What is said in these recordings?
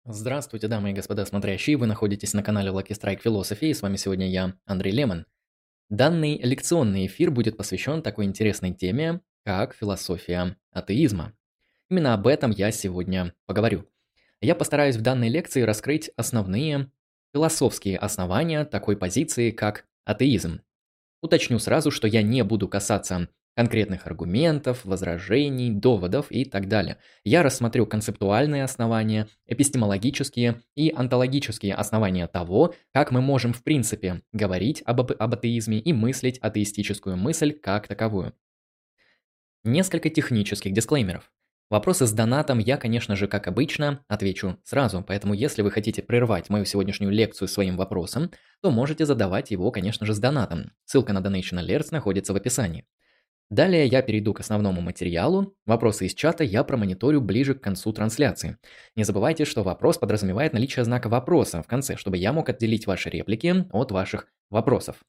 Здравствуйте, дамы и господа смотрящие, вы находитесь на канале Lucky Strike Philosophy, и с вами сегодня я, Андрей Лемон. Данный лекционный эфир будет посвящен такой интересной теме, как философия атеизма. Именно об этом я сегодня поговорю. Я постараюсь в данной лекции раскрыть основные философские основания такой позиции, как атеизм. Уточню сразу, что я не буду касаться конкретных аргументов, возражений, доводов и так далее. Я рассмотрю концептуальные основания, эпистемологические и онтологические основания того, как мы можем в принципе говорить об атеизме и мыслить атеистическую мысль как таковую. Несколько технических дисклеймеров. Вопросы с донатом я, конечно же, как обычно, отвечу сразу, поэтому если вы хотите прервать мою сегодняшнюю лекцию своим вопросом, то можете задавать его, конечно же, с донатом. Ссылка на Donation Alerts находится в описании. Далее я перейду к основному материалу. Вопросы из чата я промониторю ближе к концу трансляции. Не забывайте, что вопрос подразумевает наличие знака вопроса в конце, чтобы я мог отделить ваши реплики от ваших вопросов.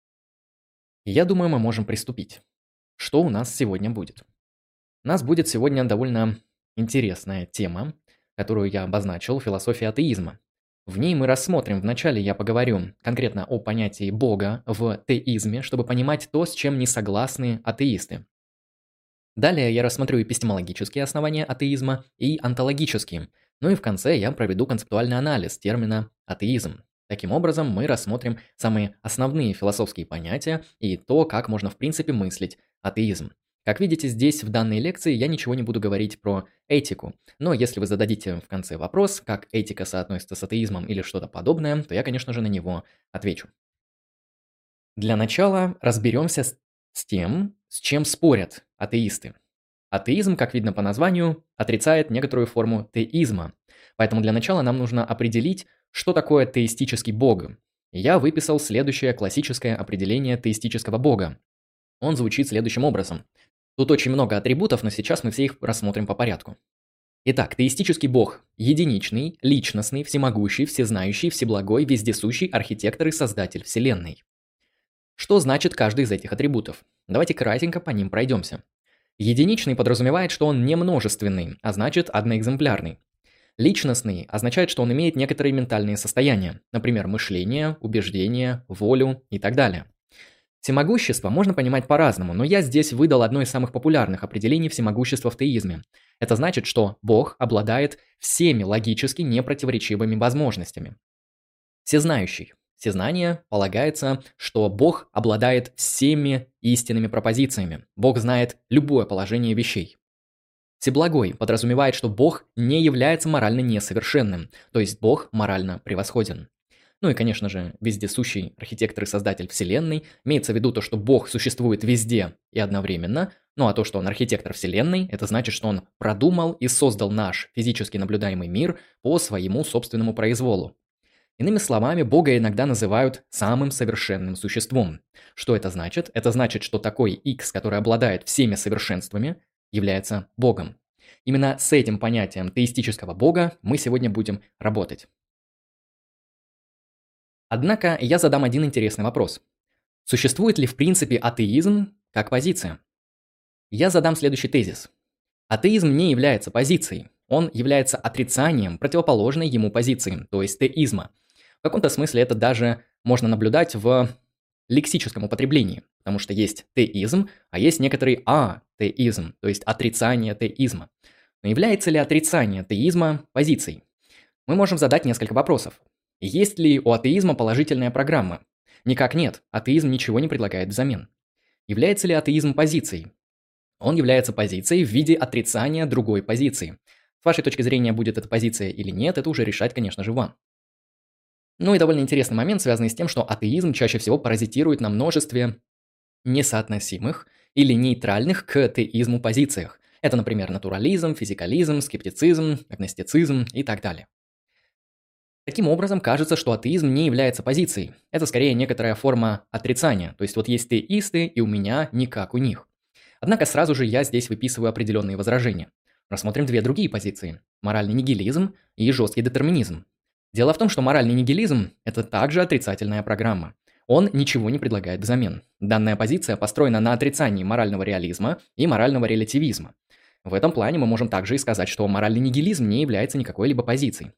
Я думаю, мы можем приступить. Что у нас сегодня будет? У нас будет сегодня довольно интересная тема, которую я обозначил – философия атеизма. В ней мы рассмотрим, вначале я поговорю конкретно о понятии Бога в теизме, чтобы понимать то, с чем не согласны атеисты. Далее я рассмотрю эпистемологические основания атеизма и онтологические. Ну и в конце я проведу концептуальный анализ термина атеизм. Таким образом, мы рассмотрим самые основные философские понятия и то, как можно в принципе мыслить атеизм. Как видите, здесь в данной лекции я ничего не буду говорить про этику, но если вы зададите в конце вопрос, как этика соотносится с атеизмом или что-то подобное, то я, конечно же, на него отвечу. Для начала разберемся с тем, с чем спорят атеисты. Атеизм, как видно по названию, отрицает некоторую форму теизма, поэтому для начала нам нужно определить, что такое теистический бог. Я выписал следующее классическое определение теистического бога. Он звучит следующим образом. Тут очень много атрибутов, но сейчас мы все их рассмотрим по порядку. Итак, теистический бог – единичный, личностный, всемогущий, всезнающий, всеблагой, вездесущий архитектор и создатель Вселенной. Что значит каждый из этих атрибутов? Давайте кратенько по ним пройдемся. Единичный подразумевает, что он не множественный, а значит одноэкземплярный. Личностный означает, что он имеет некоторые ментальные состояния, например, мышление, убеждение, волю и так далее. Всемогущество можно понимать по-разному, но я здесь выдал одно из самых популярных определений всемогущества в теизме. Это значит, что Бог обладает всеми логически непротиворечивыми возможностями. Всезнающий. Всезнание полагается, что Бог обладает всеми истинными пропозициями. Бог знает любое положение вещей. Всеблагой подразумевает, что Бог не является морально несовершенным, то есть Бог морально превосходен. Ну и, конечно же, вездесущий архитектор и создатель Вселенной. Имеется в виду то, что Бог существует везде и одновременно. Ну а то, что он архитектор Вселенной, это значит, что он продумал и создал наш физически наблюдаемый мир по своему собственному произволу. Иными словами, Бога иногда называют самым совершенным существом. Что это значит? Это значит, что такой X, который обладает всеми совершенствами, является Богом. Именно с этим понятием теистического Бога мы сегодня будем работать. Однако я задам один интересный вопрос. Существует ли в принципе атеизм как позиция? Я задам следующий тезис. Атеизм не является позицией, он является отрицанием противоположной ему позиции, то есть теизма. В каком-то смысле это даже можно наблюдать в лексическом употреблении, потому что есть теизм, а есть некоторый атеизм, то есть отрицание теизма. Но является ли отрицание теизма позицией? Мы можем задать несколько вопросов. Есть ли у атеизма положительная программа? Никак нет, атеизм ничего не предлагает взамен. Является ли атеизм позицией? Он является позицией в виде отрицания другой позиции. С вашей точки зрения, будет эта позиция или нет, это уже решать, конечно же, вам. Ну и довольно интересный момент, связанный с тем, что атеизм чаще всего паразитирует на множестве несоотносимых или нейтральных к теизму позициях. Это, например, натурализм, физикализм, скептицизм, агностицизм и так далее. Таким образом, кажется, что атеизм не является позицией. Это скорее некоторая форма отрицания. То есть вот есть теисты, и у меня не как у них. Однако сразу же я здесь выписываю определенные возражения. Рассмотрим две другие позиции. Моральный нигилизм и жесткий детерминизм. Дело в том, что моральный нигилизм – это также отрицательная программа. Он ничего не предлагает взамен. Данная позиция построена на отрицании морального реализма и морального релятивизма. В этом плане мы можем также и сказать, что моральный нигилизм не является никакой-либо позицией.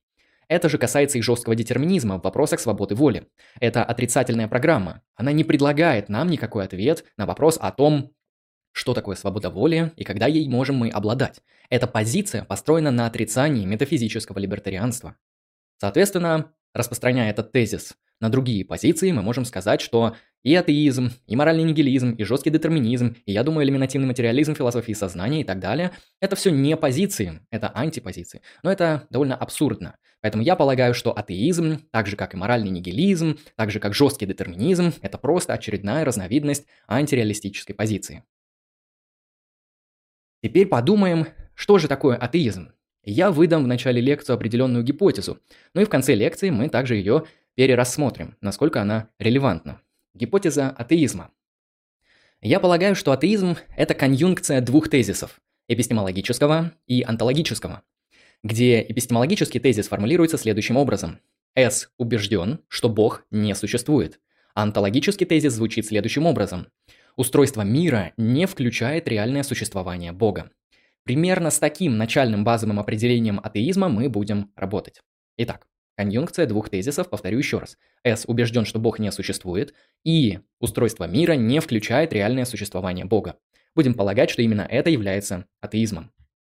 Это же касается и жесткого детерминизма в вопросах свободы воли. Это отрицательная программа. Она не предлагает нам никакой ответ на вопрос о том, что такое свобода воли и когда ей можем мы обладать. Эта позиция построена на отрицании метафизического либертарианства. Соответственно, распространяя этот тезис на другие позиции, мы можем сказать, что и атеизм, и моральный нигилизм, и жесткий детерминизм, и, я думаю, элиминативный материализм философии сознания и так далее, это все не позиции, это антипозиции. Но это довольно абсурдно. Поэтому я полагаю, что атеизм, так же как и моральный нигилизм, так же как жесткий детерминизм, это просто очередная разновидность антиреалистической позиции. Теперь подумаем, что же такое атеизм. Я выдам в начале лекции определенную гипотезу, ну и в конце лекции мы также ее перерассмотрим, насколько она релевантна. Гипотеза атеизма. Я полагаю, что атеизм – это конъюнкция двух тезисов – эпистемологического и онтологического, где эпистемологический тезис формулируется следующим образом. С убежден, что Бог не существует. А онтологический тезис звучит следующим образом. Устройство мира не включает реальное существование Бога. Примерно с таким начальным базовым определением атеизма мы будем работать. Итак, конъюнкция двух тезисов, повторю еще раз. С убежден, что Бог не существует, и устройство мира не включает реальное существование Бога. Будем полагать, что именно это является атеизмом.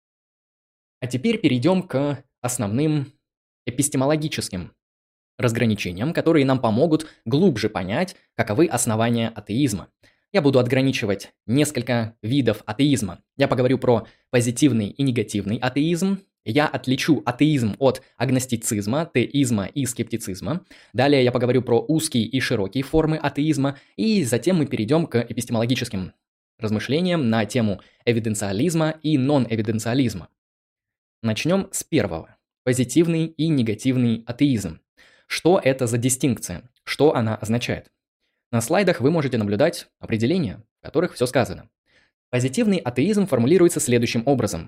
А теперь перейдем к основным эпистемологическим разграничениям, которые нам помогут глубже понять, каковы основания атеизма. Я буду отграничивать несколько видов атеизма. Я поговорю про позитивный и негативный атеизм. Я отличу атеизм от агностицизма, теизма и скептицизма. Далее я поговорю про узкие и широкие формы атеизма. И затем мы перейдем к эпистемологическим размышлениям на тему эвиденциализма и нон-эвиденциализма. Начнем с первого. Позитивный и негативный атеизм. Что это за дистинкция? Что она означает? На слайдах вы можете наблюдать определения, в которых все сказано. Позитивный атеизм формулируется следующим образом.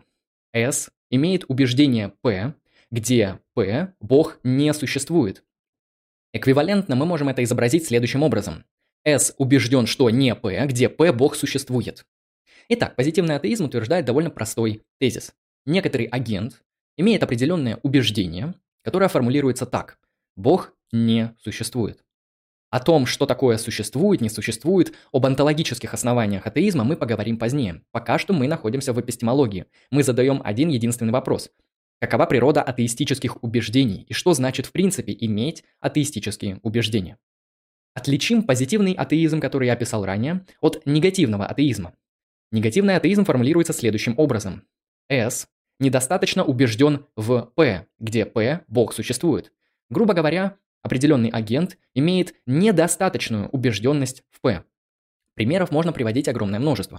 С имеет убеждение П, где П – Бог не существует. Эквивалентно мы можем это изобразить следующим образом. С убежден, что не П, где П – Бог существует. Итак, позитивный атеизм утверждает довольно простой тезис. Некоторый агент имеет определенное убеждение, которое формулируется так. Бог не существует. О том, что такое существует, не существует, об онтологических основаниях атеизма мы поговорим позднее. Пока что мы находимся в эпистемологии. Мы задаем один единственный вопрос. Какова природа атеистических убеждений и что значит в принципе иметь атеистические убеждения? Отличим позитивный атеизм, который я описал ранее, от негативного атеизма. Негативный атеизм формулируется следующим образом. С недостаточно убежден в П, где П – Бог существует. Грубо говоря, определенный агент имеет недостаточную убежденность в П. Примеров можно приводить огромное множество.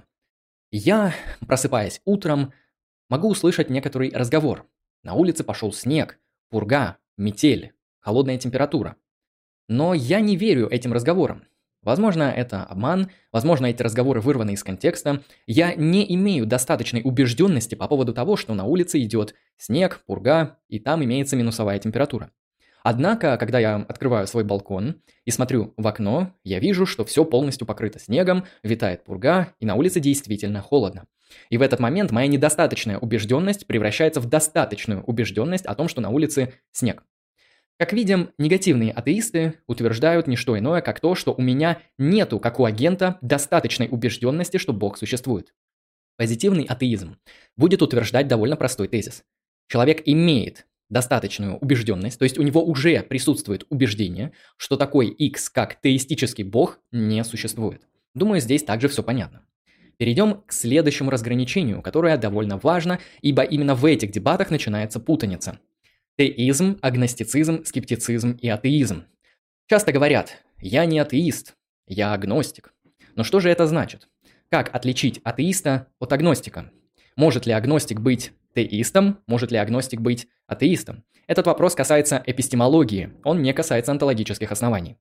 Я, просыпаясь утром, могу услышать некоторый разговор. На улице пошел снег, пурга, метель, холодная температура. Но я не верю этим разговорам. Возможно, это обман, возможно, эти разговоры вырваны из контекста. Я не имею достаточной убежденности по поводу того, что на улице идет снег, пурга, и там имеется минусовая температура. Однако, когда я открываю свой балкон и смотрю в окно, я вижу, что все полностью покрыто снегом, витает пурга, и на улице действительно холодно. И в этот момент моя недостаточная убежденность превращается в достаточную убежденность о том, что на улице снег. Как видим, негативные атеисты утверждают не что иное, как то, что у меня нету, как у агента, достаточной убежденности, что Бог существует. Позитивный атеизм будет утверждать довольно простой тезис. Человек имеет достаточную убежденность, то есть у него уже присутствует убеждение, что такой X, как теистический бог, не существует. Думаю, здесь также все понятно. Перейдем к следующему разграничению, которое довольно важно, ибо именно в этих дебатах начинается путаница. Теизм, агностицизм, скептицизм и атеизм. Часто говорят, я не атеист, я агностик. Но что же это значит? Как отличить атеиста от агностика? Может ли агностик быть теистом, может ли агностик быть атеистом? Этот вопрос касается эпистемологии, он не касается онтологических оснований.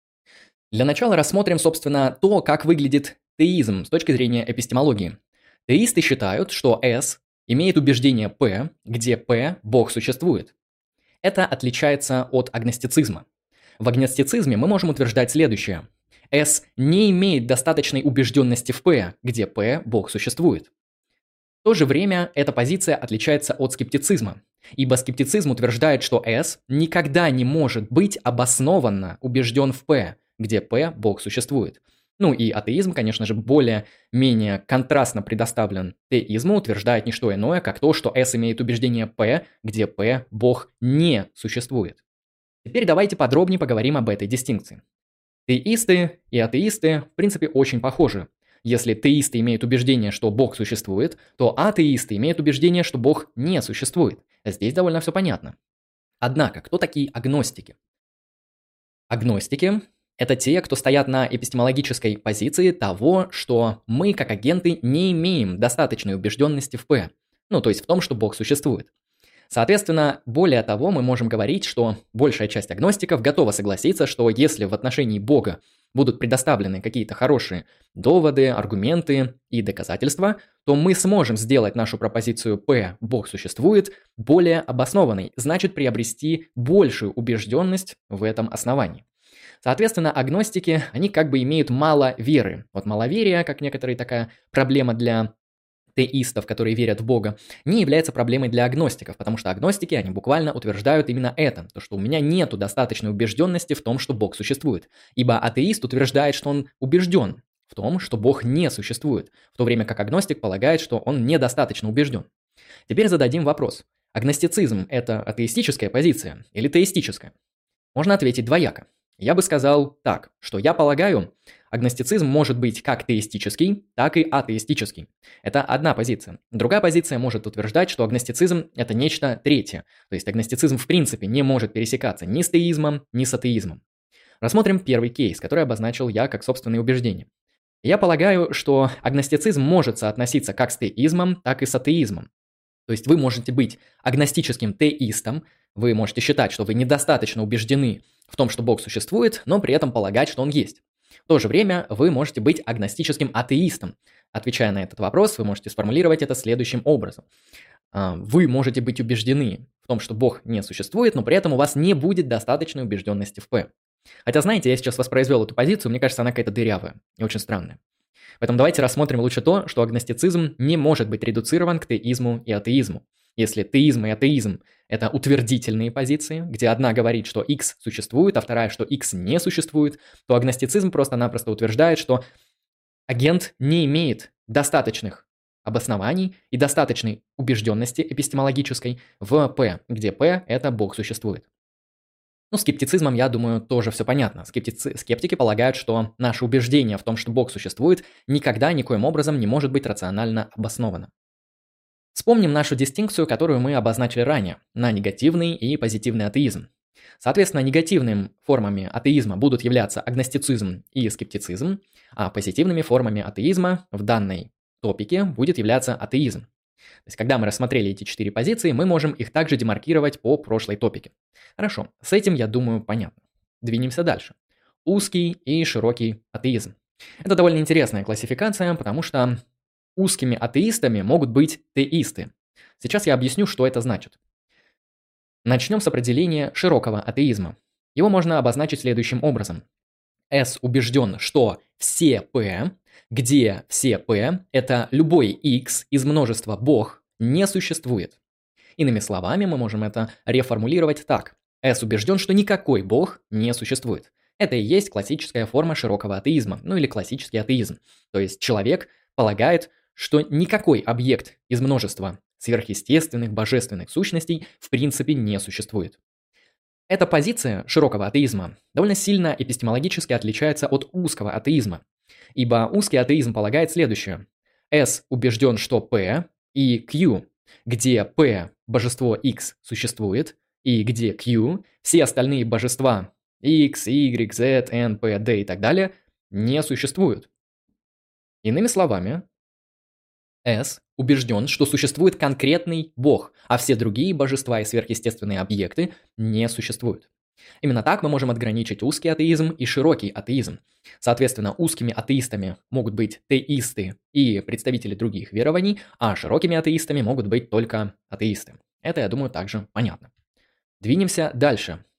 Для начала рассмотрим, собственно, то, как выглядит теизм с точки зрения эпистемологии. Теисты считают, что S имеет убеждение P, где P – Бог существует. Это отличается от агностицизма. В агностицизме мы можем утверждать следующее. S не имеет достаточной убежденности в P, где P – Бог существует. В то же время эта позиция отличается от скептицизма, ибо скептицизм утверждает, что S никогда не может быть обоснованно убежден в P, где P – Бог существует. Ну и атеизм, конечно же, более-менее контрастно предоставлен теизму, утверждает не что иное, как то, что S имеет убеждение P, где P – Бог не существует. Теперь давайте подробнее поговорим об этой дистинкции. Теисты и атеисты, в принципе, очень похожи. Если теисты имеют убеждение, что Бог существует, то атеисты имеют убеждение, что Бог не существует. Здесь довольно все понятно. Однако, кто такие агностики? Агностики – это те, кто стоят на эпистемологической позиции того, что мы, как агенты, не имеем достаточной убежденности в P, ну, то есть в том, что Бог существует. Соответственно, более того, мы можем говорить, что большая часть агностиков готова согласиться, что если в отношении Бога будут предоставлены какие-то хорошие доводы, аргументы и доказательства, то мы сможем сделать нашу пропозицию «П» «Бог существует» более обоснованной, значит приобрести большую убежденность в этом основании. Соответственно, агностики, они как бы имеют мало веры. Вот маловерие, как некоторая такая проблема для теистов, которые верят в Бога, не является проблемой для агностиков, потому что агностики, они буквально утверждают именно это, то, что у меня нету достаточной убежденности в том, что Бог существует. Ибо атеист утверждает, что он убежден в том, что Бог не существует, в то время как агностик полагает, что он недостаточно убежден. Теперь зададим вопрос. Агностицизм – это атеистическая позиция или теистическая? Можно ответить двояко. Я бы сказал так, что я полагаю, агностицизм может быть как теистический, так и атеистический. Это одна позиция. Другая позиция может утверждать, что агностицизм – это нечто третье. То есть агностицизм в принципе не может пересекаться ни с теизмом, ни с атеизмом. Рассмотрим первый кейс, который обозначил я как собственные убеждения. Я полагаю, что агностицизм может соотноситься как с теизмом, так и с атеизмом. То есть вы можете быть агностическим теистом, вы можете считать, что вы недостаточно убеждены в том, что Бог существует, но при этом полагать, что Он есть. В то же время вы можете быть агностическим атеистом. Отвечая на этот вопрос, вы можете сформулировать это следующим образом. Вы можете быть убеждены в том, что Бог не существует, но при этом у вас не будет достаточной убежденности в П. Хотя, знаете, я сейчас воспроизвел эту позицию, мне кажется, она какая-то дырявая и очень странная. Поэтому давайте рассмотрим лучше то, что агностицизм не может быть редуцирован к теизму и атеизму. Если теизм и атеизм – это утвердительные позиции, где одна говорит, что X существует, а вторая, что X не существует, то агностицизм просто-напросто утверждает, что агент не имеет достаточных обоснований и достаточной убежденности эпистемологической в P, где P – это Бог существует. Ну, скептицизмом, я думаю, тоже все понятно. Скептики полагают, что наше убеждение в том, что Бог существует, никогда никоим образом не может быть рационально обосновано. Вспомним нашу дистинкцию, которую мы обозначили ранее, на негативный и позитивный атеизм. Соответственно, негативными формами атеизма будут являться агностицизм и скептицизм, а позитивными формами атеизма в данной топике будет являться атеизм. То есть, когда мы рассмотрели эти 4 позиции, мы можем их также демаркировать по прошлой топике. Хорошо, с этим, я думаю, понятно. Двинемся дальше. Узкий и широкий атеизм. Это довольно интересная классификация, потому что узкими атеистами могут быть теисты. Сейчас я объясню, что это значит. Начнем с определения широкого атеизма. Его можно обозначить следующим образом. S убежден, что все P, где все P – это любой X из множества Бог, не существует. Иными словами, мы можем это реформулировать так. S убежден, что никакой Бог не существует. Это и есть классическая форма широкого атеизма, ну или классический атеизм. То есть человек полагает, что никакой объект из множества сверхъестественных, божественных сущностей в принципе не существует. Эта позиция широкого атеизма довольно сильно эпистемологически отличается от узкого атеизма, ибо узкий атеизм полагает следующее. S убежден, что P и Q, где P – божество X существует, и где Q – все остальные божества X, Y, Z, N, P, D и так далее не существуют. Иными словами, S убежден, что существует конкретный Бог, а все другие божества и сверхъестественные объекты не существуют. Именно так мы можем отграничить узкий атеизм и широкий атеизм. Соответственно, узкими атеистами могут быть теисты и представители других верований, а широкими атеистами могут быть только атеисты. Это, я думаю, также понятно. Двинемся дальше.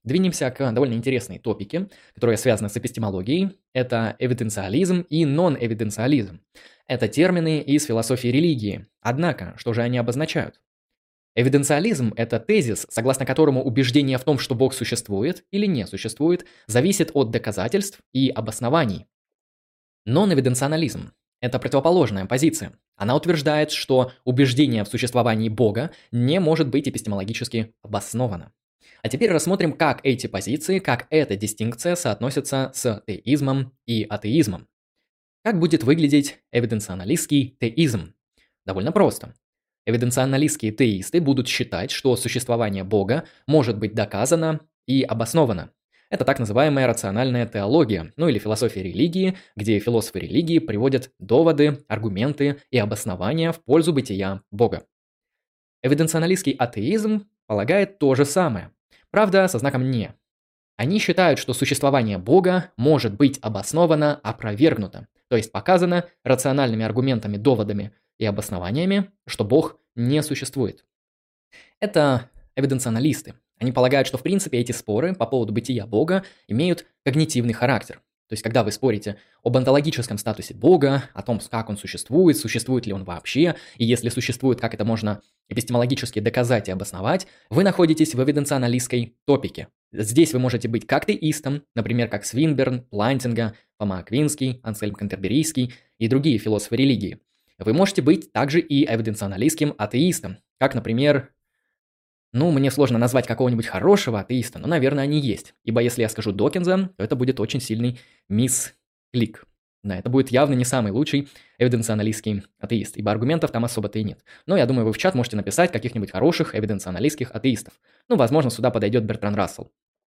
двинемся к довольно интересной топике, которая связана с эпистемологией. Это эвиденциализм и нон-эвиденциализм. Это термины из философии религии. Однако, что же они обозначают? Эвиденциализм – это тезис, согласно которому убеждение в том, что Бог существует или не существует, зависит от доказательств и обоснований. Нон-эвиденционализм – это противоположная позиция. Она утверждает, что убеждение в существовании Бога не может быть эпистемологически обосновано. А теперь рассмотрим, как эти позиции, как эта дистинкция соотносится с теизмом и атеизмом. Как будет выглядеть эвиденционалистский теизм? Довольно просто. Эвиденционалистские теисты будут считать, что существование Бога может быть доказано и обосновано. Это так называемая рациональная теология, ну или философия религии, где философы религии приводят доводы, аргументы и обоснования в пользу бытия Бога. Эвиденционалистский атеизм полагает то же самое, правда, со знаком «не». Они считают, что существование Бога может быть обосновано, опровергнуто, то есть показано рациональными аргументами, доводами и обоснованиями, что Бог не существует. Это эвиденционалисты. Они полагают, что в принципе эти споры по поводу бытия Бога имеют когнитивный характер. То есть, когда вы спорите об онтологическом статусе Бога, о том, как он существует, существует ли он вообще, и если существует, как это можно эпистемологически доказать и обосновать, вы находитесь в эвиденционалистской топике. Здесь вы можете быть как теистом, например, как Свинберн, Плантинга, Фома Аквинский, Ансельм Кантерберийский и другие философы религии. Вы можете быть также и эвиденционалистским атеистом, как, например, мне сложно назвать какого-нибудь хорошего атеиста, но, наверное, они есть. Ибо если я скажу Докинза, то это будет очень сильный мисклик. Да, это будет явно не самый лучший эвиденционалистский атеист, ибо аргументов там особо-то и нет. Но я думаю, вы в чат можете написать каких-нибудь хороших эвиденционалистских атеистов. Возможно, сюда подойдет Бертран Рассел.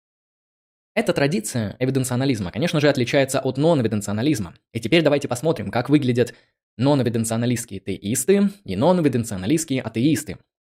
Эта традиция эвиденционализма, конечно же, отличается от нон-эвиденционализма. И теперь давайте посмотрим, как выглядят нон-эвиденционалистские теисты и нон-эвиденционалистские атеисты.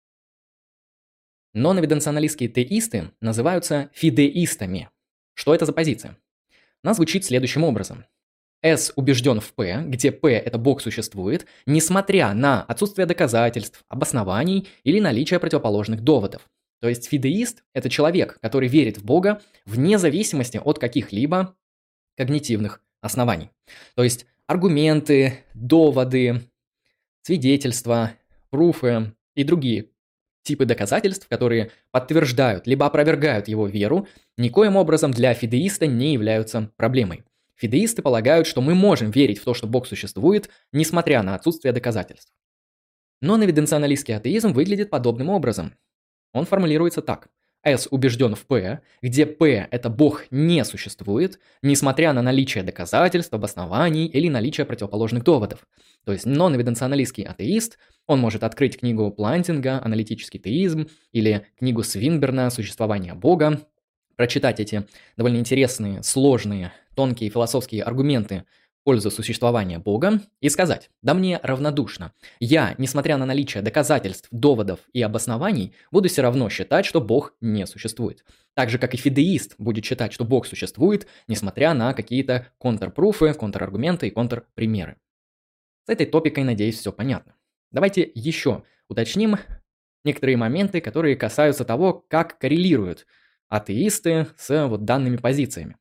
Нон-эвиденционалистские теисты называются фидеистами. Что это за позиция? Она звучит следующим образом. С убежден в П, где П – это Бог существует, несмотря на отсутствие доказательств, обоснований или наличие противоположных доводов. То есть фидеист – это человек, который верит в Бога вне зависимости от каких-либо когнитивных оснований. То есть аргументы, доводы, свидетельства, пруфы и другие типы доказательств, которые подтверждают либо опровергают его веру, никоим образом для фидеиста не являются проблемой. Фидеисты полагают, что мы можем верить в то, что Бог существует, несмотря на отсутствие доказательств. Нон-эвиденционалистский атеизм выглядит подобным образом. Он формулируется так. С убежден в П, где П – это Бог не существует, несмотря на наличие доказательств, обоснований или наличие противоположных доводов. То есть нон-эвиденционалистский атеист, он может открыть книгу Плантинга «Аналитический теизм» или книгу Свинберна «Существование Бога», прочитать эти довольно интересные, сложные, тонкие философские аргументы в пользу существования Бога и сказать: да мне равнодушно. Я, несмотря на наличие доказательств, доводов и обоснований, буду все равно считать, что Бог не существует. Так же, как и фидеист будет считать, что Бог существует, несмотря на какие-то контрпруфы, контраргументы и контрпримеры. С этой топикой, надеюсь, все понятно. Давайте еще уточним некоторые моменты, которые касаются того, как коррелируют атеисты с данными позициями.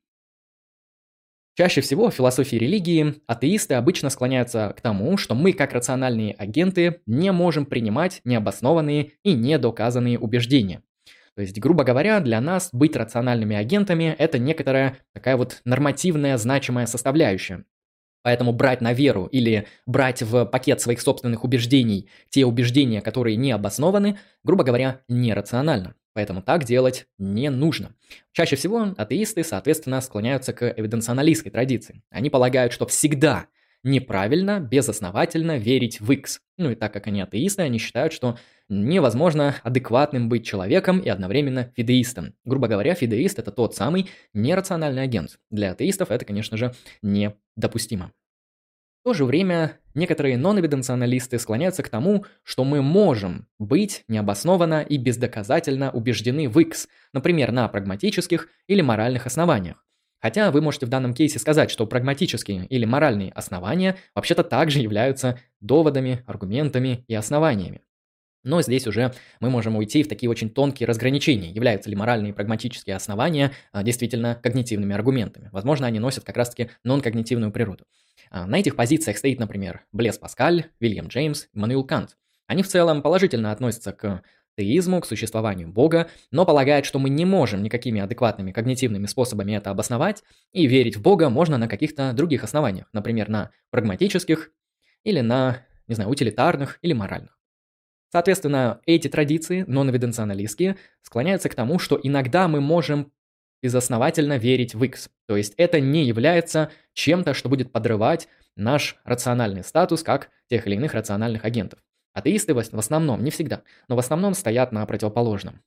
Чаще всего в философии религии атеисты обычно склоняются к тому, что мы, как рациональные агенты, не можем принимать необоснованные и недоказанные убеждения. То есть, грубо говоря, для нас быть рациональными агентами – это некоторая такая нормативная, значимая составляющая. Поэтому брать на веру или брать в пакет своих собственных убеждений те убеждения, которые не обоснованы, грубо говоря, нерационально. Поэтому так делать не нужно. Чаще всего атеисты, соответственно, склоняются к эвиденционалистской традиции. Они полагают, что всегда неправильно, безосновательно верить в X. И так как они атеисты, они считают, что невозможно адекватным быть человеком и одновременно фидеистом. Грубо говоря, фидеист – это тот самый нерациональный агент. Для атеистов это, конечно же, недопустимо. В то же время некоторые нон-эвиденционалисты склоняются к тому, что мы можем быть необоснованно и бездоказательно убеждены в X, например, на прагматических или моральных основаниях. Хотя вы можете в данном кейсе сказать, что прагматические или моральные основания вообще-то также являются доводами, аргументами и основаниями. Но здесь уже мы можем уйти в такие очень тонкие разграничения. Являются ли моральные и прагматические основания действительно когнитивными аргументами? Возможно, они носят как раз-таки нон-когнитивную природу. На этих позициях стоит, например, Блес Паскаль, Вильям Джеймс, Иммануил Кант. Они в целом положительно относятся к теизму, к существованию Бога, но полагают, что мы не можем никакими адекватными когнитивными способами это обосновать, и верить в Бога можно на каких-то других основаниях, например, на прагматических или на, не знаю, утилитарных или моральных. Соответственно, эти традиции, нон-эвиденционалистские, склоняются к тому, что иногда мы можем безосновательно верить в X. То есть это не является чем-то, что будет подрывать наш рациональный статус как тех или иных рациональных агентов. Атеисты в основном, не всегда, но в основном стоят на противоположном.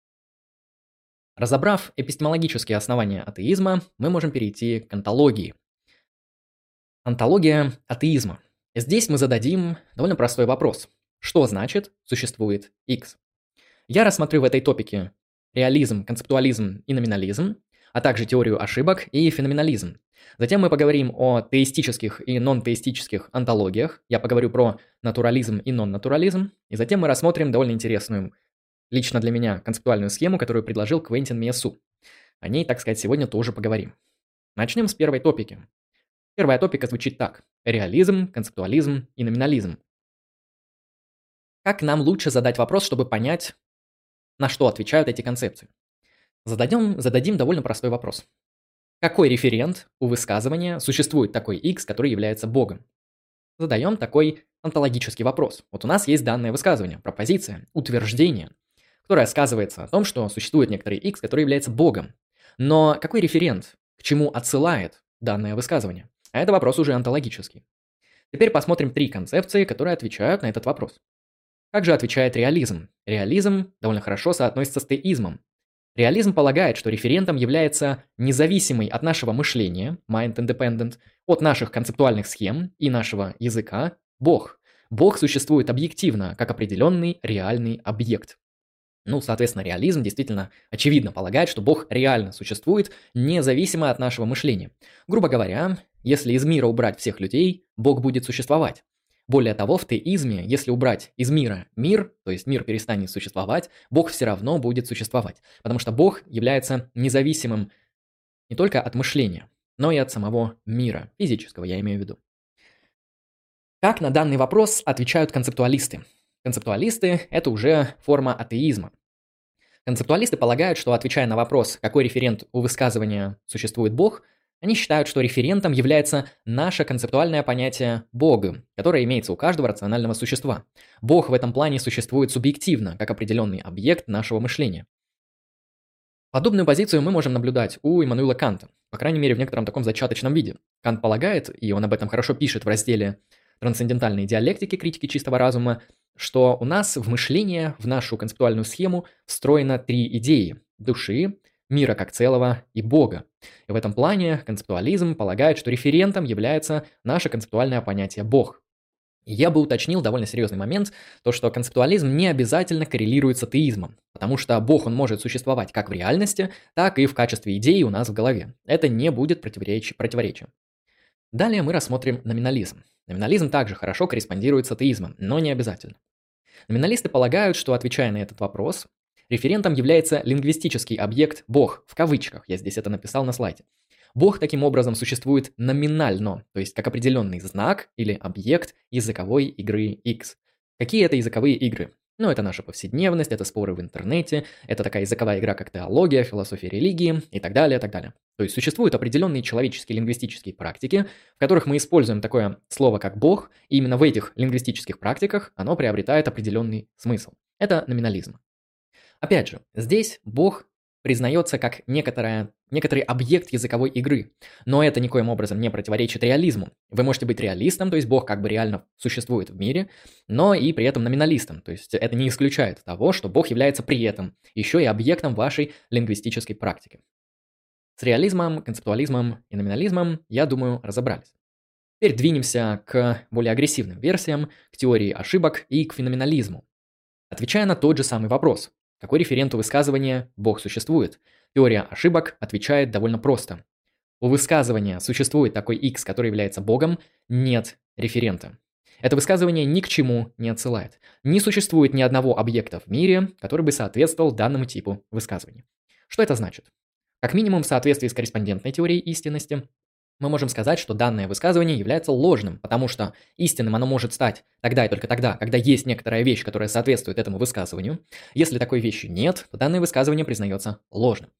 Разобрав эпистемологические основания атеизма, мы можем перейти к онтологии. Онтология атеизма. Здесь мы зададим довольно простой вопрос. Что значит существует X? Я рассмотрю в этой топике реализм, концептуализм и номинализм, а также теорию ошибок и феноменализм. Затем мы поговорим о теистических и нон-теистических онтологиях. Я поговорю про натурализм и нон-натурализм. И затем мы рассмотрим довольно интересную, лично для меня, концептуальную схему, которую предложил Квентин Миассу. О ней, так сказать, сегодня тоже поговорим. Начнем с первой топики. Первая топика звучит так. Реализм, концептуализм и номинализм. Как нам лучше задать вопрос, чтобы понять, на что отвечают эти концепции? Зададим довольно простой вопрос. Какой референт у высказывания существует такой X, который является Богом? Задаем такой онтологический вопрос. Вот у нас есть данное высказывание, пропозиция, утверждение, которое сказывается о том, что существует некоторый X, который является Богом. Но какой референт, к чему отсылает данное высказывание? А это вопрос уже онтологический. Теперь посмотрим три концепции, которые отвечают на этот вопрос. Как же отвечает реализм? Реализм довольно хорошо соотносится с теизмом. Реализм полагает, что референтом является независимый от нашего мышления, mind independent, от наших концептуальных схем и нашего языка Бог. Бог существует объективно, как определенный реальный объект. Соответственно, реализм действительно очевидно полагает, что Бог реально существует, независимо от нашего мышления. Грубо говоря, если из мира убрать всех людей, Бог будет существовать. Более того, в теизме, если убрать из мира мир, то есть мир перестанет существовать, Бог все равно будет существовать. Потому что Бог является независимым не только от мышления, но и от самого мира, физического, я имею в виду. Как на данный вопрос отвечают концептуалисты? Концептуалисты – это уже форма атеизма. Концептуалисты полагают, что, отвечая на вопрос, какой референт у высказывания существует Бог, они считают, что референтом является наше концептуальное понятие Бога, которое имеется у каждого рационального существа. Бог в этом плане существует субъективно, как определенный объект нашего мышления. Подобную позицию мы можем наблюдать у Иммануила Канта, по крайней мере в некотором таком зачаточном виде. Кант полагает, и он об этом хорошо пишет в разделе «Трансцендентальной диалектики критики чистого разума», что у нас в мышлении, в нашу концептуальную схему встроено три идеи – души, мира как целого и Бога. И в этом плане концептуализм полагает, что референтом является наше концептуальное понятие «Бог». И я бы уточнил довольно серьезный момент, то что концептуализм не обязательно коррелирует с атеизмом, потому что Бог, он может существовать как в реальности, так и в качестве идеи у нас в голове. Это не будет противоречием. Далее мы рассмотрим номинализм. Номинализм также хорошо корреспондирует с атеизмом, но не обязательно. Номиналисты полагают, что, отвечая на этот вопрос, референтом является лингвистический объект «Бог», в кавычках, я здесь это написал на слайде. Бог таким образом существует номинально, то есть как определенный знак или объект языковой игры X. Какие это языковые игры? Это наша повседневность, это споры в интернете, это такая языковая игра, как теология, философия религии и так далее, так далее. То есть существуют определенные человеческие лингвистические практики, в которых мы используем такое слово, как Бог, и именно в этих лингвистических практиках оно приобретает определенный смысл. Это номинализм. Опять же, здесь Бог признается как некоторый объект языковой игры, но это никоим образом не противоречит реализму. Вы можете быть реалистом, то есть Бог как бы реально существует в мире, но и при этом номиналистом, то есть это не исключает того, что Бог является при этом еще и объектом вашей лингвистической практики. С реализмом, концептуализмом и номинализмом, я думаю, разобрались. Теперь двинемся к более агрессивным версиям, к теории ошибок и к феноменализму. Отвечая на тот же самый вопрос, какой референт у высказывания «Бог существует?», теория ошибок отвечает довольно просто. У высказывания «существует такой X, который является Богом» нет референта. Это высказывание ни к чему не отсылает. Не существует ни одного объекта в мире, который бы соответствовал данному типу высказывания. Что это значит? Как минимум, в соответствии с корреспондентной теорией истинности, мы можем сказать, что данное высказывание является ложным, потому что истинным оно может стать тогда и только тогда, когда есть некоторая вещь, которая соответствует этому высказыванию. Если такой вещи нет, то данное высказывание признается ложным.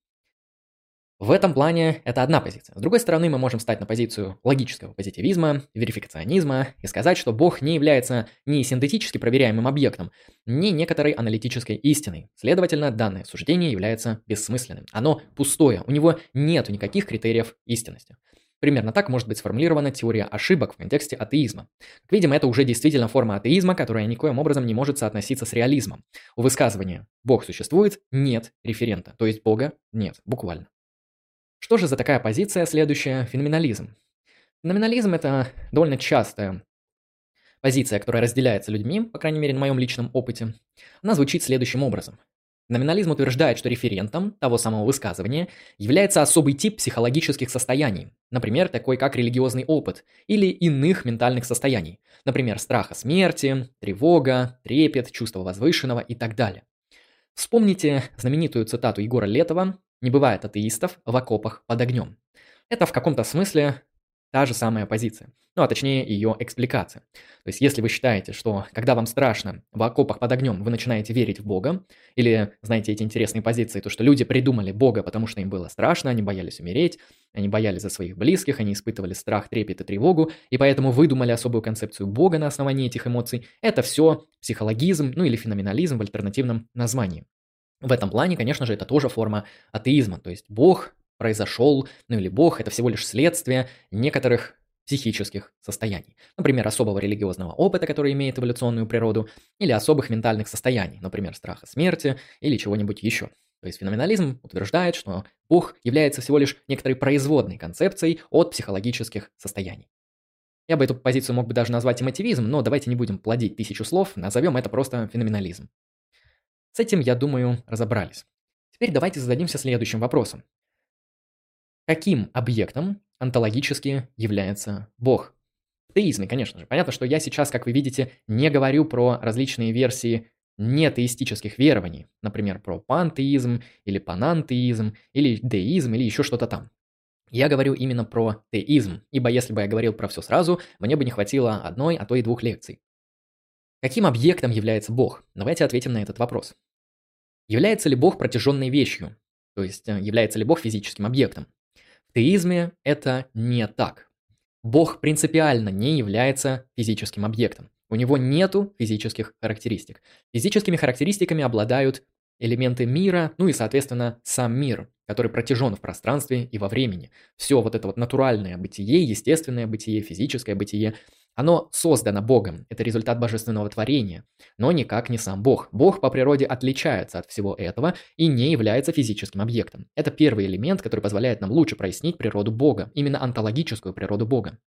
В этом плане это одна позиция. С другой стороны, мы можем встать на позицию логического позитивизма, верификационизма и сказать, что Бог не является ни синтетически проверяемым объектом, ни некоторой аналитической истиной. Следовательно, данное суждение является бессмысленным. Оно пустое, у него нет никаких критериев истинности. Примерно так может быть сформулирована теория ошибок в контексте атеизма. Как видим, это уже действительно форма атеизма, которая никоим образом не может соотноситься с реализмом. У высказывания «Бог существует» нет референта, то есть Бога нет, буквально. Что же за такая позиция следующая? Феноменализм. Феноменализм – это довольно частая позиция, которая разделяется людьми, по крайней мере, на моем личном опыте. Она звучит следующим образом. Феноменализм утверждает, что референтом того самого высказывания является особый тип психологических состояний, например, такой как религиозный опыт, или иных ментальных состояний, например, страха смерти, тревога, трепет, чувство возвышенного и так далее. Вспомните знаменитую цитату Егора Летова «Не бывает атеистов в окопах под огнем». Это в каком-то смысле та же самая позиция, ну а точнее ее экспликация. То есть если вы считаете, что когда вам страшно в окопах под огнем, вы начинаете верить в Бога, или знаете эти интересные позиции, то что люди придумали Бога, потому что им было страшно, они боялись умереть, они боялись за своих близких, они испытывали страх, трепет и тревогу, и поэтому выдумали особую концепцию Бога на основании этих эмоций, это все психологизм, ну или феноменализм в альтернативном названии. В этом плане, конечно же, это тоже форма атеизма, то есть Бог произошел, ну или Бог – это всего лишь следствие некоторых психических состояний. Например, особого религиозного опыта, который имеет эволюционную природу, или особых ментальных состояний, например, страха смерти или чего-нибудь еще. То есть феноменализм утверждает, что Бог является всего лишь некоторой производной концепцией от психологических состояний. Я бы эту позицию мог бы даже назвать эмотивизм, но давайте не будем плодить тысячу слов, назовем это просто феноменализм. С этим, я думаю, разобрались. Теперь давайте зададимся следующим вопросом. Каким объектом онтологически является Бог? В теизме, конечно же. Понятно, что я сейчас, как вы видите, не говорю про различные версии нетеистических верований. Например, про пантеизм, или панантеизм, или деизм, или еще что-то там. Я говорю именно про теизм, ибо если бы я говорил про все сразу, мне бы не хватило одной, а то и двух лекций. Каким объектом является Бог? Давайте ответим на этот вопрос. Является ли Бог протяженной вещью? То есть, является ли Бог физическим объектом? В теизме это не так. Бог принципиально не является физическим объектом. У него нету физических характеристик. Физическими характеристиками обладают элементы мира, ну и, соответственно, сам мир, который протяжен в пространстве и во времени. Все вот это вот натуральное бытие, естественное бытие, физическое бытие, оно создано Богом, это результат божественного творения, но никак не сам Бог. Бог по природе отличается от всего этого и не является физическим объектом. Это первый элемент, который позволяет нам лучше прояснить природу Бога, именно онтологическую природу Бога.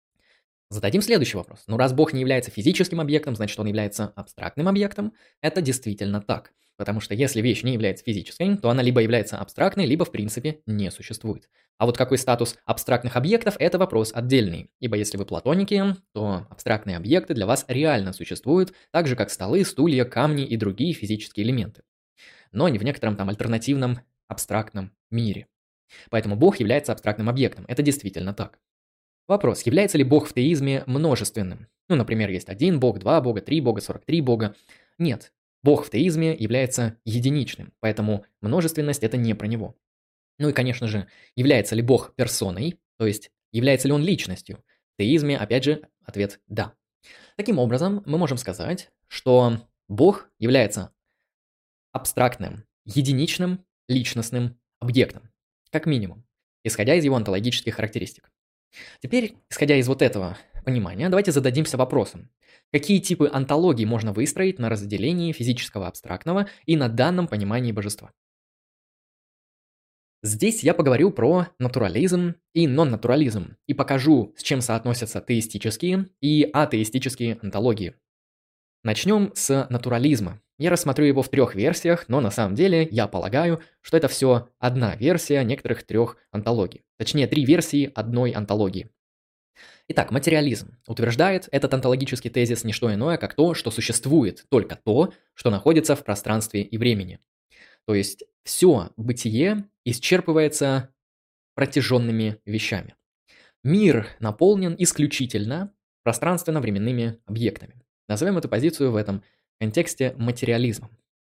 Зададим следующий вопрос. Ну, раз Бог не является физическим объектом, значит, он является абстрактным объектом. Это действительно так. Потому что если вещь не является физической, то она либо является абстрактной, либо в принципе не существует. А вот какой статус абстрактных объектов – это вопрос отдельный. Ибо если вы платоники, то абстрактные объекты для вас реально существуют, так же как столы, стулья, камни и другие физические элементы. Но не в некотором там альтернативном абстрактном мире. Поэтому Бог является абстрактным объектом. Это действительно так. Вопрос, является ли Бог в теизме множественным? Ну, например, есть один Бог, два Бога, три Бога, 43 Бога. Нет. Бог в теизме является единичным, поэтому множественность – это не про него. Ну и, конечно же, является ли Бог персоной, то есть является ли он личностью? В теизме, опять же, ответ – да. Таким образом, мы можем сказать, что Бог является абстрактным, единичным, личностным объектом, как минимум, исходя из его онтологических характеристик. Теперь, исходя из вот этого понимания, давайте зададимся вопросом. Какие типы онтологии можно выстроить на разделении физического абстрактного и на данном понимании божества? Здесь я поговорю про натурализм и нон-натурализм и покажу, с чем соотносятся теистические и атеистические онтологии. Начнем с натурализма. Я рассмотрю его в 3 версиях, но на самом деле я полагаю, что это все одна версия некоторых 3 онтологий. Точнее, 3 версии одной онтологии. Итак, материализм утверждает этот онтологический тезис не что иное, как то, что существует только то, что находится в пространстве и времени. То есть все бытие исчерпывается протяженными вещами. Мир наполнен исключительно пространственно-временными объектами. Назовем эту позицию в этом контексте материализмом.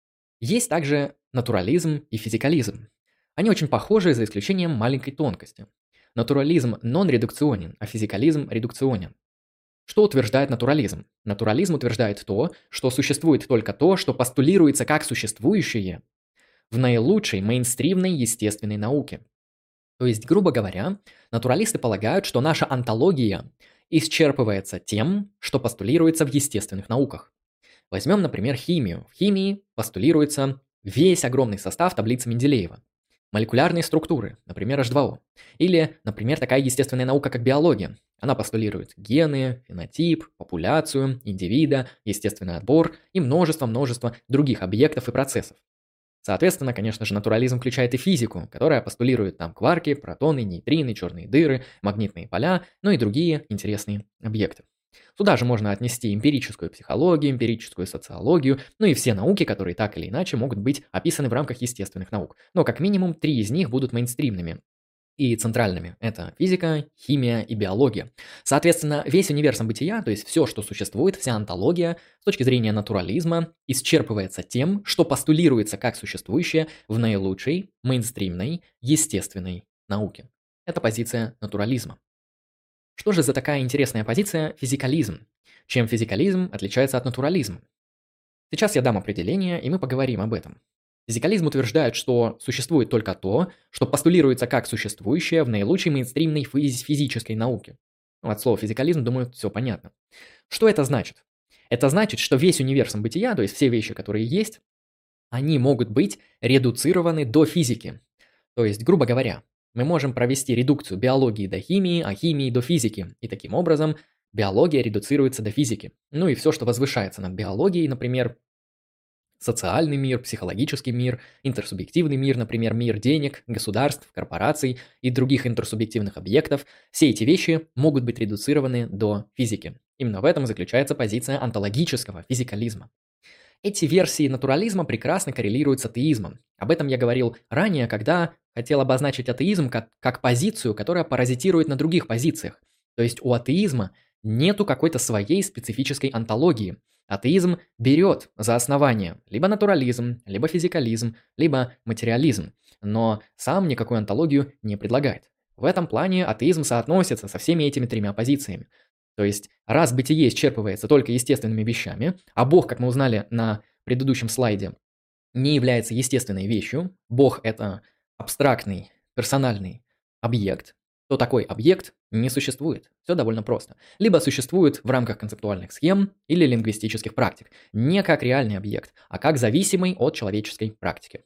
Есть также натурализм и физикализм. Они очень похожи, за исключением маленькой тонкости. Натурализм нон-редукционен, а физикализм редукционен. Что утверждает натурализм? Натурализм утверждает то, что существует только то, что постулируется как существующее в наилучшей мейнстримной естественной науке. То есть, грубо говоря, натуралисты полагают, что наша онтология исчерпывается тем, что постулируется в естественных науках. Возьмем, например, химию. В химии постулируется весь огромный состав таблицы Менделеева. Молекулярные структуры, например, H2O. Или, например, такая естественная наука, как биология. Она постулирует гены, фенотип, популяцию, индивида, естественный отбор и множество других объектов и процессов. Соответственно, конечно же, натурализм включает и физику, которая постулирует там кварки, протоны, нейтрины, черные дыры, магнитные поля, ну и другие интересные объекты. Сюда же можно отнести эмпирическую психологию, эмпирическую социологию, ну и все науки, которые так или иначе могут быть описаны в рамках естественных наук. Но как минимум 3 из них будут мейнстримными и центральными. Это физика, химия и биология. Соответственно, весь универсум бытия, то есть все, что существует, вся онтология, с точки зрения натурализма, исчерпывается тем, что постулируется как существующее в наилучшей, мейнстримной, естественной науке. Это позиция натурализма. Что же за такая интересная позиция физикализм? Чем физикализм отличается от натурализма? Сейчас я дам определение, и мы поговорим об этом. Физикализм утверждает, что существует только то, что постулируется как существующее в наилучшей мейнстримной физической науке. Ну, от слова физикализм, думаю, все понятно. Что это значит? Это значит, что весь универсум бытия, то есть все вещи, которые есть, они могут быть редуцированы до физики. То есть, грубо говоря, мы можем провести редукцию биологии до химии, а химии до физики. И таким образом биология редуцируется до физики. Ну и все, что возвышается над биологией, например, социальный мир, психологический мир, интерсубъективный мир, например, мир денег, государств, корпораций и других интерсубъективных объектов, все эти вещи могут быть редуцированы до физики. Именно в этом заключается позиция онтологического физикализма. Эти версии натурализма прекрасно коррелируют с атеизмом. Об этом я говорил ранее, когда хотел обозначить атеизм как позицию, которая паразитирует на других позициях. То есть у атеизма нету какой-то своей специфической онтологии. Атеизм берет за основание либо натурализм, либо физикализм, либо материализм, но сам никакую онтологию не предлагает. В этом плане атеизм соотносится со всеми этими тремя позициями. То есть, раз бытие исчерпывается только естественными вещами, а Бог, как мы узнали на предыдущем слайде, не является естественной вещью, Бог – это абстрактный, персональный объект, то такой объект не существует. Все довольно просто. Либо существует в рамках концептуальных схем или лингвистических практик, не как реальный объект, а как зависимый от человеческой практики.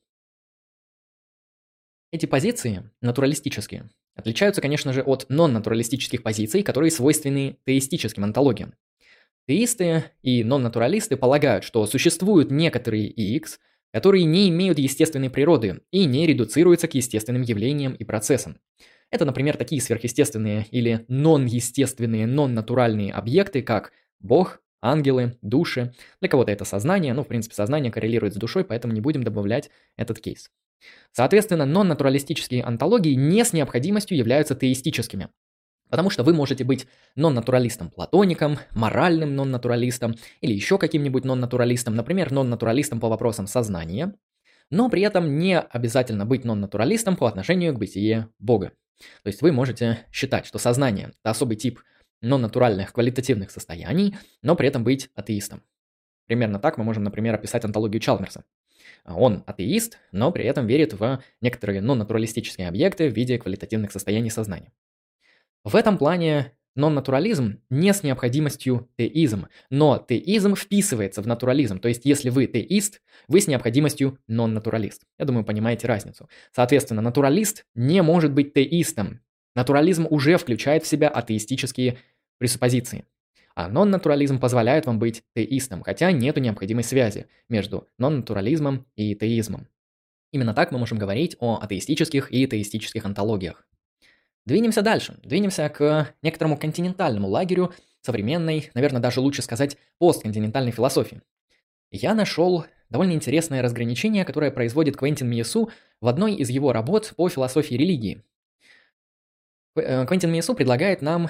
Эти позиции, натуралистические, отличаются, конечно же, от нон-натуралистических позиций, которые свойственны теистическим онтологиям. Теисты и нон-натуралисты полагают, что существуют некоторые X, которые не имеют естественной природы и не редуцируются к естественным явлениям и процессам. Это, например, такие сверхъестественные или нон-естественные, нон-натуральные объекты, как Бог, ангелы, души. Для кого-то это сознание, в принципе, сознание коррелирует с душой, поэтому не будем добавлять этот кейс. Соответственно, нон-натуралистические онтологии не с необходимостью являются теистическими. Потому что вы можете быть нон-натуралистом-платоником, моральным нон-натуралистом или еще каким-нибудь нон-натуралистом, например, нон-натуралистом по вопросам сознания, но при этом не обязательно быть нон-натуралистом по отношению к бытие Бога. То есть вы можете считать, что сознание – это особый тип нон-натуральных квалитативных состояний, но при этом быть атеистом. Примерно так мы можем, например, описать онтологию Чалмерса. Он атеист, но при этом верит в некоторые нон-натуралистические объекты в виде квалитативных состояний сознания. В этом плане нон-натурализм не с необходимостью теизм, но теизм вписывается в натурализм. То есть, если вы теист, вы с необходимостью нон-натуралист. Я думаю, понимаете разницу. Соответственно, натуралист не может быть теистом. Натурализм уже включает в себя атеистические пресуппозиции. А нон-натурализм позволяет вам быть теистом, хотя нету необходимой связи между нон-натурализмом и теизмом. Именно так мы можем говорить о атеистических и теистических онтологиях. Двинемся дальше. Двинемся к некоторому континентальному лагерю современной, наверное, даже лучше сказать, постконтинентальной философии. Я нашел довольно интересное разграничение, которое производит Квентин Миесу в одной из его работ по философии религии. Квентин Миесу предлагает нам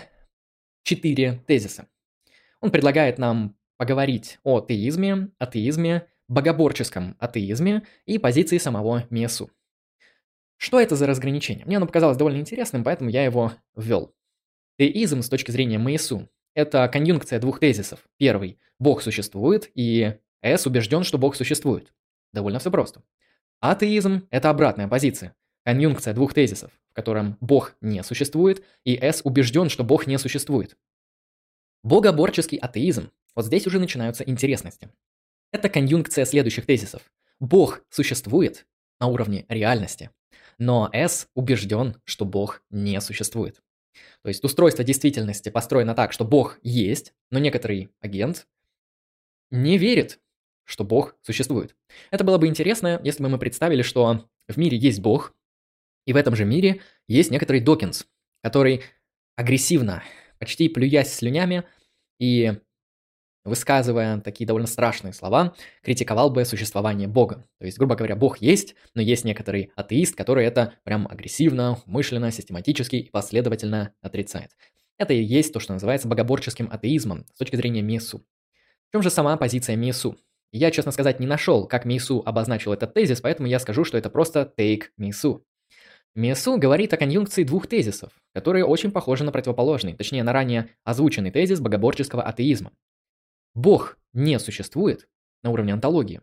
4 тезиса. Он предлагает нам поговорить о теизме, атеизме, богоборческом атеизме и позиции самого Миесу. Что это за разграничение? Мне оно показалось довольно интересным, поэтому я его ввел. Теизм с точки зрения Миесу – это конъюнкция двух тезисов. Первый – Бог существует, и С убежден, что Бог существует. Довольно все просто. Атеизм – это обратная позиция. Конъюнкция двух тезисов, в котором Бог не существует, и С убежден, что Бог не существует. Богоборческий атеизм. Вот здесь уже начинаются интересности. Это конъюнкция следующих тезисов. Бог существует на уровне реальности, но С убежден, что Бог не существует. То есть устройство действительности построено так, что Бог есть, но некоторый агент не верит, что Бог существует. Это было бы интересно, если бы мы представили, что в мире есть Бог, и в этом же мире есть некоторый Докинс, который агрессивно, почти плюясь слюнями и высказывая такие довольно страшные слова, критиковал бы существование Бога. То есть, грубо говоря, Бог есть, но есть некоторый атеист, который это прям агрессивно, умышленно, систематически и последовательно отрицает. Это и есть то, что называется богоборческим атеизмом с точки зрения Миесу. В чем же сама позиция Миесу? Я, честно сказать, не нашел, как Миесу обозначил этот тезис, поэтому я скажу, что это просто take Миесу. Миесу говорит о конъюнкции двух тезисов, которые очень похожи на противоположный, точнее на ранее озвученный тезис богоборческого атеизма. Бог не существует на уровне онтологии,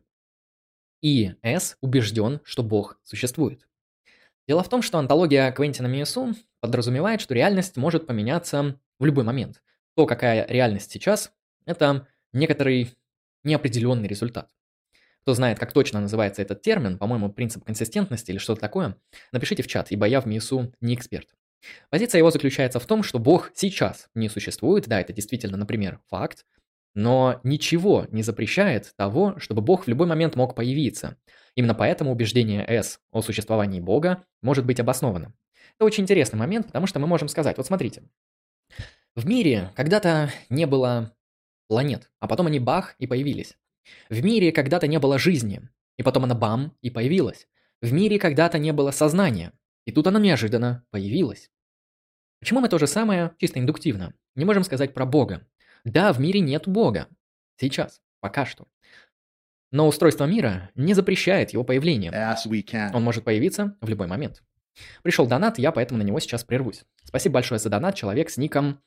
и С убежден, что Бог существует. Дело в том, что онтология Квентина Миесу подразумевает, что реальность может поменяться в любой момент. То, какая реальность сейчас, это некоторый неопределенный результат. Кто знает, как точно называется этот термин, по-моему, принцип консистентности или что-то такое, напишите в чат, ибо я в Миесу не эксперт. Позиция его заключается в том, что Бог сейчас не существует, да, это действительно, например, факт, но ничего не запрещает того, чтобы Бог в любой момент мог появиться. Именно поэтому убеждение С о существовании Бога может быть обосновано. Это очень интересный момент, потому что мы можем сказать, вот смотрите, в мире когда-то не было планет, а потом они бах и появились. В мире когда-то не было жизни, и потом она бам и появилась. В мире когда-то не было сознания, и тут оно неожиданно появилось. Почему мы то же самое, чисто индуктивно, не можем сказать про Бога? Да, в мире нет Бога. Сейчас, пока что. Но устройство мира не запрещает его появление. Он может появиться в любой момент. Пришел донат, я поэтому на него сейчас прервусь. Спасибо большое за донат, человек с ником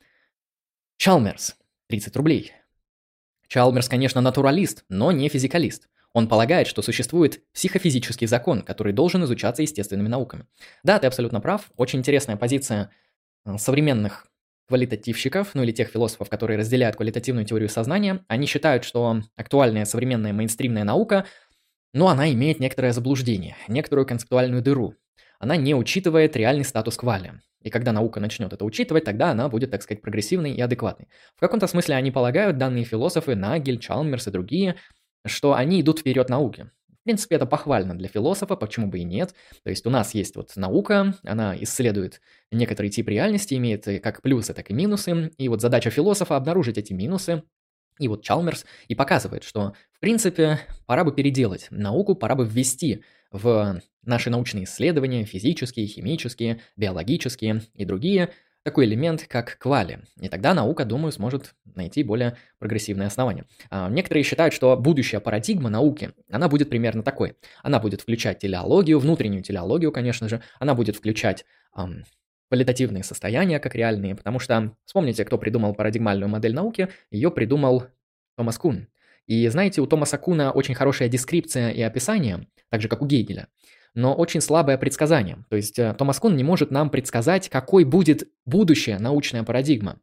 Чалмерс. 30 рублей. Чалмерс, конечно, натуралист, но не физикалист. Он полагает, что существует психофизический закон, который должен изучаться естественными науками. Да, ты абсолютно прав. Очень интересная позиция современных квалитативщиков, ну или тех философов, которые разделяют квалитативную теорию сознания. Они считают, что актуальная современная мейнстримная наука, ну, она имеет некоторое заблуждение, некоторую концептуальную дыру. Она не учитывает реальный статус квали. И когда наука начнет это учитывать, тогда она будет, так сказать, прогрессивной и адекватной. В каком-то смысле они полагают, данные философы, Нагель, Чалмерс и другие, что они идут вперед науки. В принципе, это похвально для философа, почему бы и нет. То есть у нас есть вот наука, она исследует некоторый тип реальности, имеет как плюсы, так и минусы. И вот задача философа обнаружить эти минусы. И вот Чалмерс и показывает, что, в принципе, пора бы переделать науку, пора бы ввести в наши научные исследования, физические, химические, биологические и другие, такой элемент, как квали. И тогда наука, думаю, сможет найти более прогрессивные основания. Некоторые считают, что будущая парадигма науки, она будет примерно такой. Она будет включать телеологию, внутреннюю телеологию, конечно же, она будет включать квалитативные состояния как реальные, потому что, вспомните, кто придумал парадигмальную модель науки, ее придумал Томас Кун. И знаете, у Томаса Куна очень хорошая дескрипция и описание, так же, как у Гегеля, но очень слабое предсказание. То есть Томас Кун не может нам предсказать, какой будет будущая научная парадигма.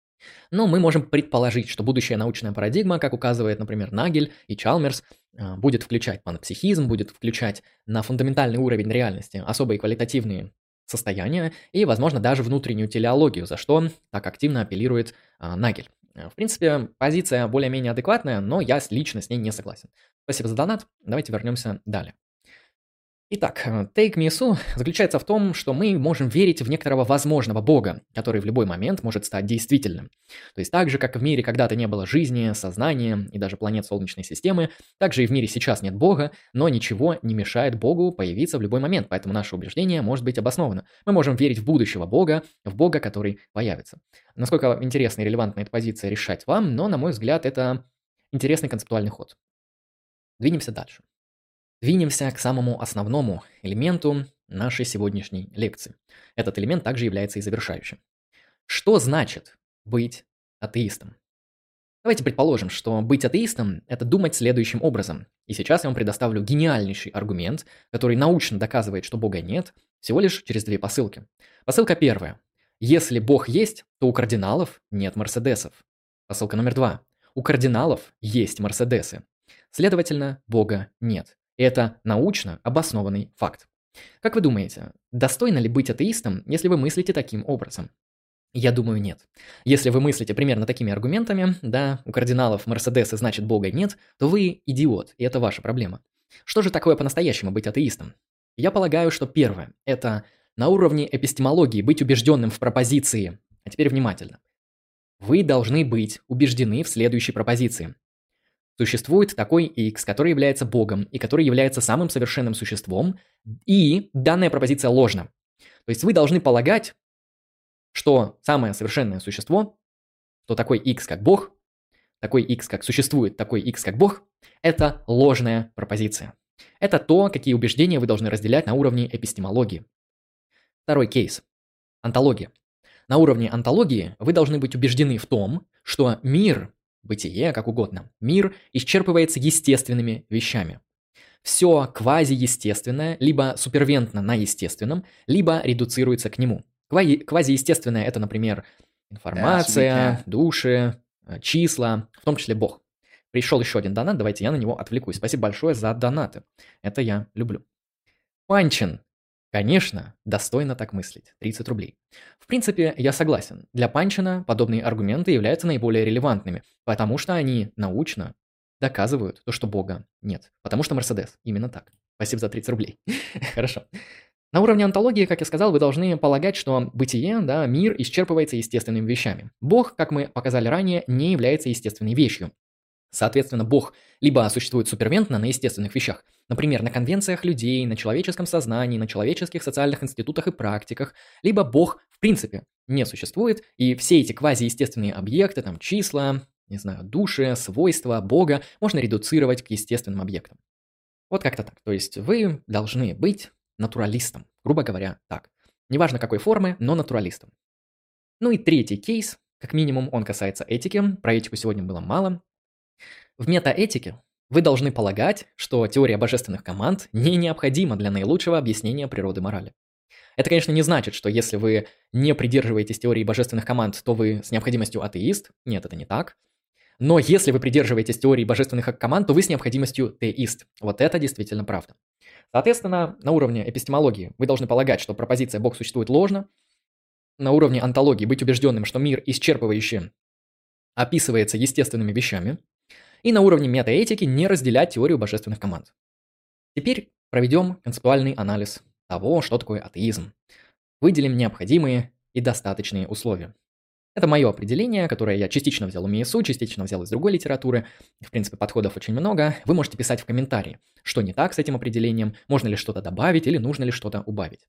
Но мы можем предположить, что будущая научная парадигма, как указывает, например, Нагель и Чалмерс, будет включать панпсихизм, будет включать на фундаментальный уровень реальности особые квалитативные состояния и, возможно, даже внутреннюю телеологию, за что так активно апеллирует Нагель. В принципе, позиция более-менее адекватная, но я лично с ней не согласен. Спасибо за донат. Давайте вернемся далее. Итак, take me so заключается в том, что мы можем верить в некоторого возможного Бога, который в любой момент может стать действительным. То есть так же, как в мире когда-то не было жизни, сознания и даже планет Солнечной системы, так же и в мире сейчас нет Бога, но ничего не мешает Богу появиться в любой момент, поэтому наше убеждение может быть обосновано. Мы можем верить в будущего Бога, в Бога, который появится. Насколько интересна и релевантна эта позиция, решать вам, но, на мой взгляд, это интересный концептуальный ход. Двинемся дальше. Двинемся к самому основному элементу нашей сегодняшней лекции. Этот элемент также является и завершающим. Что значит быть атеистом? Давайте предположим, что быть атеистом – это думать следующим образом. И сейчас я вам предоставлю гениальнейший аргумент, который научно доказывает, что Бога нет, всего лишь через две посылки. Посылка первая. Если Бог есть, то у кардиналов нет мерседесов. Посылка номер два. У кардиналов есть мерседесы. Следовательно, Бога нет. И это научно обоснованный факт. Как вы думаете, достойно ли быть атеистом, если вы мыслите таким образом? Я думаю, нет. Если вы мыслите примерно такими аргументами, да, у кардиналов Мерседесы, значит Бога нет, то вы идиот, и это ваша проблема. Что же такое по-настоящему быть атеистом? Я полагаю, что первое – это на уровне эпистемологии быть убежденным в пропозиции. А теперь внимательно. Вы должны быть убеждены в следующей пропозиции. Существует такой X, который является Богом и который является самым совершенным существом, и данная пропозиция ложна. То есть вы должны полагать, что самое совершенное существо, то такой X как Бог, такой X как существует, такой X как Бог, это ложная пропозиция. Это то, какие убеждения вы должны разделять на уровне эпистемологии. Второй кейс. Онтология. На уровне онтологии вы должны быть убеждены в том, что мир, бытие, как угодно, мир исчерпывается естественными вещами. Все квазиестественное либо супервентно на естественном, либо редуцируется к нему. Квазиестественное – это, например, информация, души, числа, в том числе Бог. Пришел еще один донат, давайте я на него отвлекусь. Спасибо большое за донаты. Это я люблю. Панчин. Конечно, достойно так мыслить. 30 рублей. В принципе, я согласен. Для Панчина подобные аргументы являются наиболее релевантными, потому что они научно доказывают то, что Бога нет. Потому что Мерседес. Именно так. Спасибо за 30 рублей. Хорошо. На уровне онтологии, как я сказал, вы должны полагать, что бытие, да, мир исчерпывается естественными вещами. Бог, как мы показали ранее, не является естественной вещью. Соответственно, Бог либо существует супервентно на естественных вещах, например, на конвенциях людей, на человеческом сознании, на человеческих социальных институтах и практиках, либо Бог в принципе не существует, и все эти квазиестественные объекты, там числа, не знаю, души, свойства Бога можно редуцировать к естественным объектам. Вот как-то так. То есть вы должны быть натуралистом, грубо говоря, так. Неважно какой формы, но натуралистом. Ну и третий кейс, как минимум, он касается этики. Про этику сегодня было мало. В метаэтике вы должны полагать, что теория божественных команд не необходима для наилучшего объяснения природы морали. Это, конечно, не значит, что если вы не придерживаетесь теории божественных команд, то вы с необходимостью атеист. Нет, это не так. Но если вы придерживаетесь теории божественных команд, то вы с необходимостью теист. Вот это действительно правда. Соответственно, на уровне эпистемологии вы должны полагать, что пропозиция «Бог существует» ложна. На уровне онтологии быть убежденным, что мир исчерпывающе описывается естественными вещами. И на уровне метаэтики не разделять теорию божественных команд. Теперь проведем концептуальный анализ того, что такое атеизм. Выделим необходимые и достаточные условия. Это мое определение, которое я частично взял у МИЭСУ, частично взял из другой литературы. В принципе, подходов очень много. Вы можете писать в комментарии, что не так с этим определением, можно ли что-то добавить или нужно ли что-то убавить.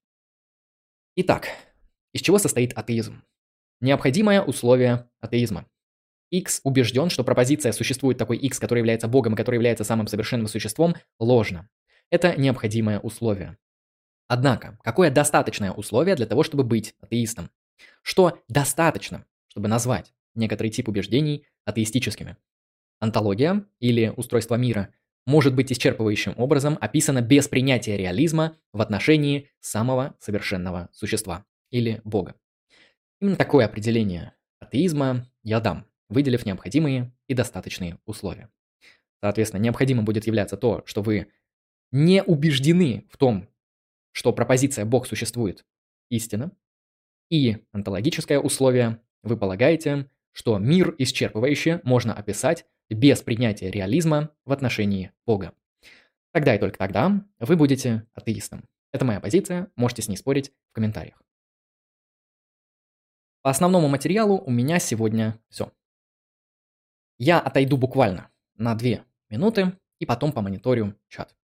Итак, из чего состоит атеизм? Необходимое условие атеизма. X убежден, что пропозиция «существует такой X, который является Богом и который является самым совершенным существом» ложно. Это необходимое условие. Однако, какое достаточное условие для того, чтобы быть атеистом? Что достаточно, чтобы назвать некоторый тип убеждений атеистическими? Онтология или устройство мира может быть исчерпывающим образом описана без принятия реализма в отношении самого совершенного существа или Бога. Именно такое определение атеизма я дам, выделив необходимые и достаточные условия. Соответственно, необходимым будет являться то, что вы не убеждены в том, что пропозиция «Бог существует» истина, и онтологическое условие вы полагаете, что мир исчерпывающе можно описать без принятия реализма в отношении Бога. Тогда и только тогда вы будете атеистом. Это моя позиция, можете с ней спорить в комментариях. По основному материалу у меня сегодня все. Я отойду буквально на 2 минуты и потом помониторю чат.